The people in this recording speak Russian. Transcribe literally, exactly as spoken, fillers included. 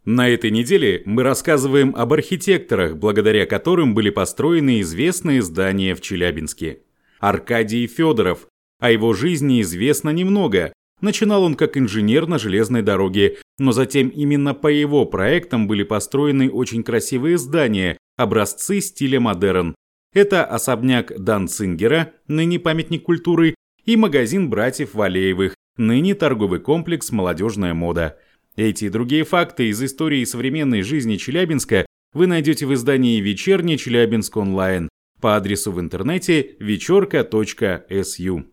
На этой неделе мы рассказываем об архитекторах, благодаря которым были построены известные здания в Челябинске. Аркадий Федоров. О его жизни известно немного. Начинал он как инженер на железной дороге, но затем именно по его проектам были построены очень красивые здания, образцы стиля модерн. Это особняк Данцингера, ныне памятник культуры, и магазин братьев Валеевых, ныне торговый комплекс «Молодежная мода». Эти и другие факты из истории современной жизни Челябинска вы найдете в издании «Вечерний Челябинск онлайн» по адресу в интернете вечерка точка эс ю.